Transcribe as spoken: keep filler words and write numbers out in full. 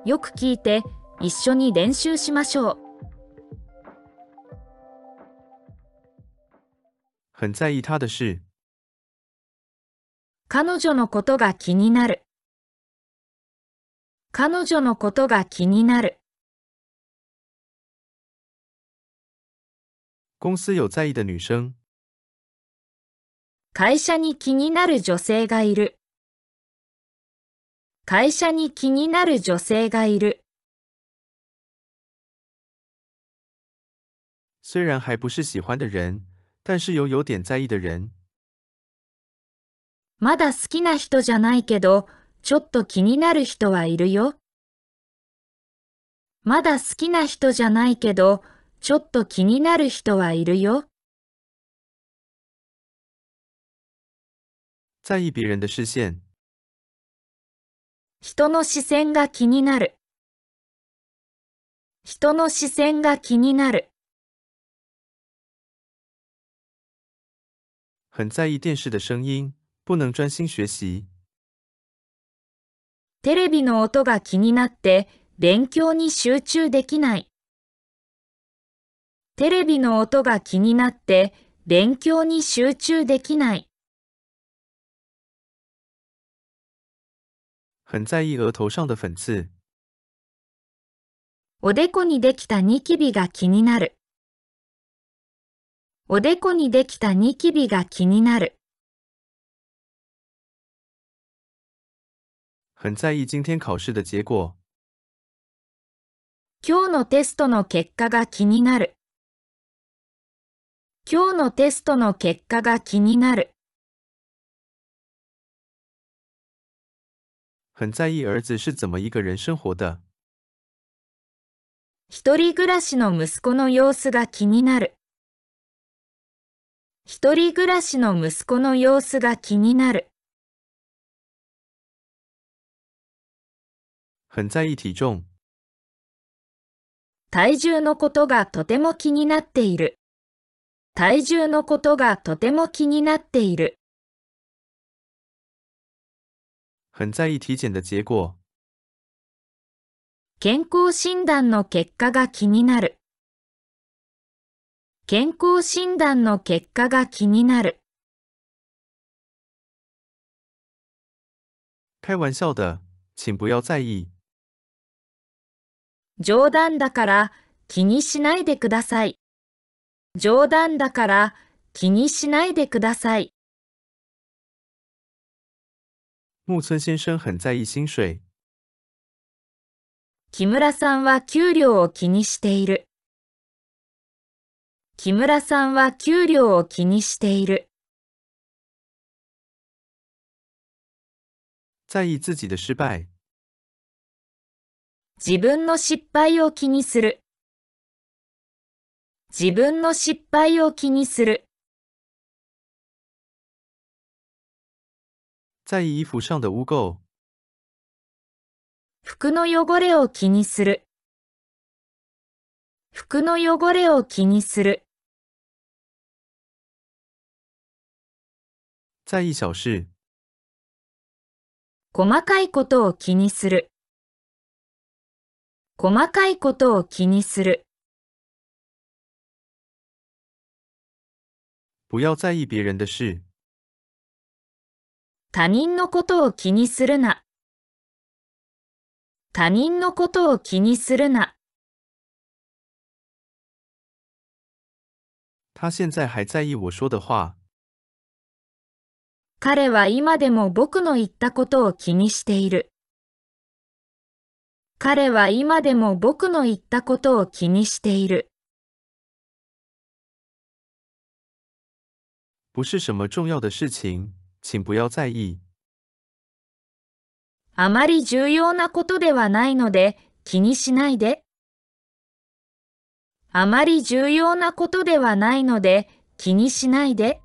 よく聞いて、一緒に練習しましょう。 很在意他的事。 彼女のことが気になる。彼女のことが気になる。 公司有在意的女生。 会社に気になる女性がいる。会社に気になる女性がいる。 虽然还不是喜欢的人，但是有有点在意的人。 まだ好きな人じゃないけど、ちょっと気になる人はいるよ。まだ好きな人じゃないけど、ちょっと気になる人はいるよ。 在意别人的视线。 人の視線が気になる。人の視線が気になる。 很在意电视的声音，不能专心学习。 テレビの音が気になって勉強に集中できない。テレビの音が気になって勉強に集中できない。 很在意额头上的粉刺。 おでこにできたニキビが気になる。おでこにできたニキビが気になる。 很在意今天考试的结果。 今日のテストの結果が気になる。今日のテストの結果が気になる。 很在意儿子是怎么一个人生活的。 一人暮らしの息子の様子が気になる。一人暮らしの息子の様子が気になる。 很在意体重。 体重のことがとても気になっている。体重のことがとても気になっている。 很在意体检的结果。 健康診断の結果が気になる。健康診断の結果が気になる。 开玩笑的，请不要在意。 冗談だから気にしないでください。冗談だから気にしないでください。 木村先生很在意薪水。 木村さんは給料を気にしている。木村さんは給料を気にしている。 在意自己的失败。 自分の失敗を気にする。自分の失敗を気にする。 在意衣服上的污垢。 服の汚れを気にする。服の汚れを気にする。 在意小事。 細かいことを気にする。細かいことを気にする。 不要在意别人的事。 他人のことを気にするな。他人のことを気にするな。 他现在还在意我说的话。 彼は今でも僕の言ったことを気にしている。彼は今でも僕の言ったことを気にしている。 不是什么重要的事情，请不要在意。 あまり重要なことではないので気にしないで。あまり重要なことではないので気にしないで。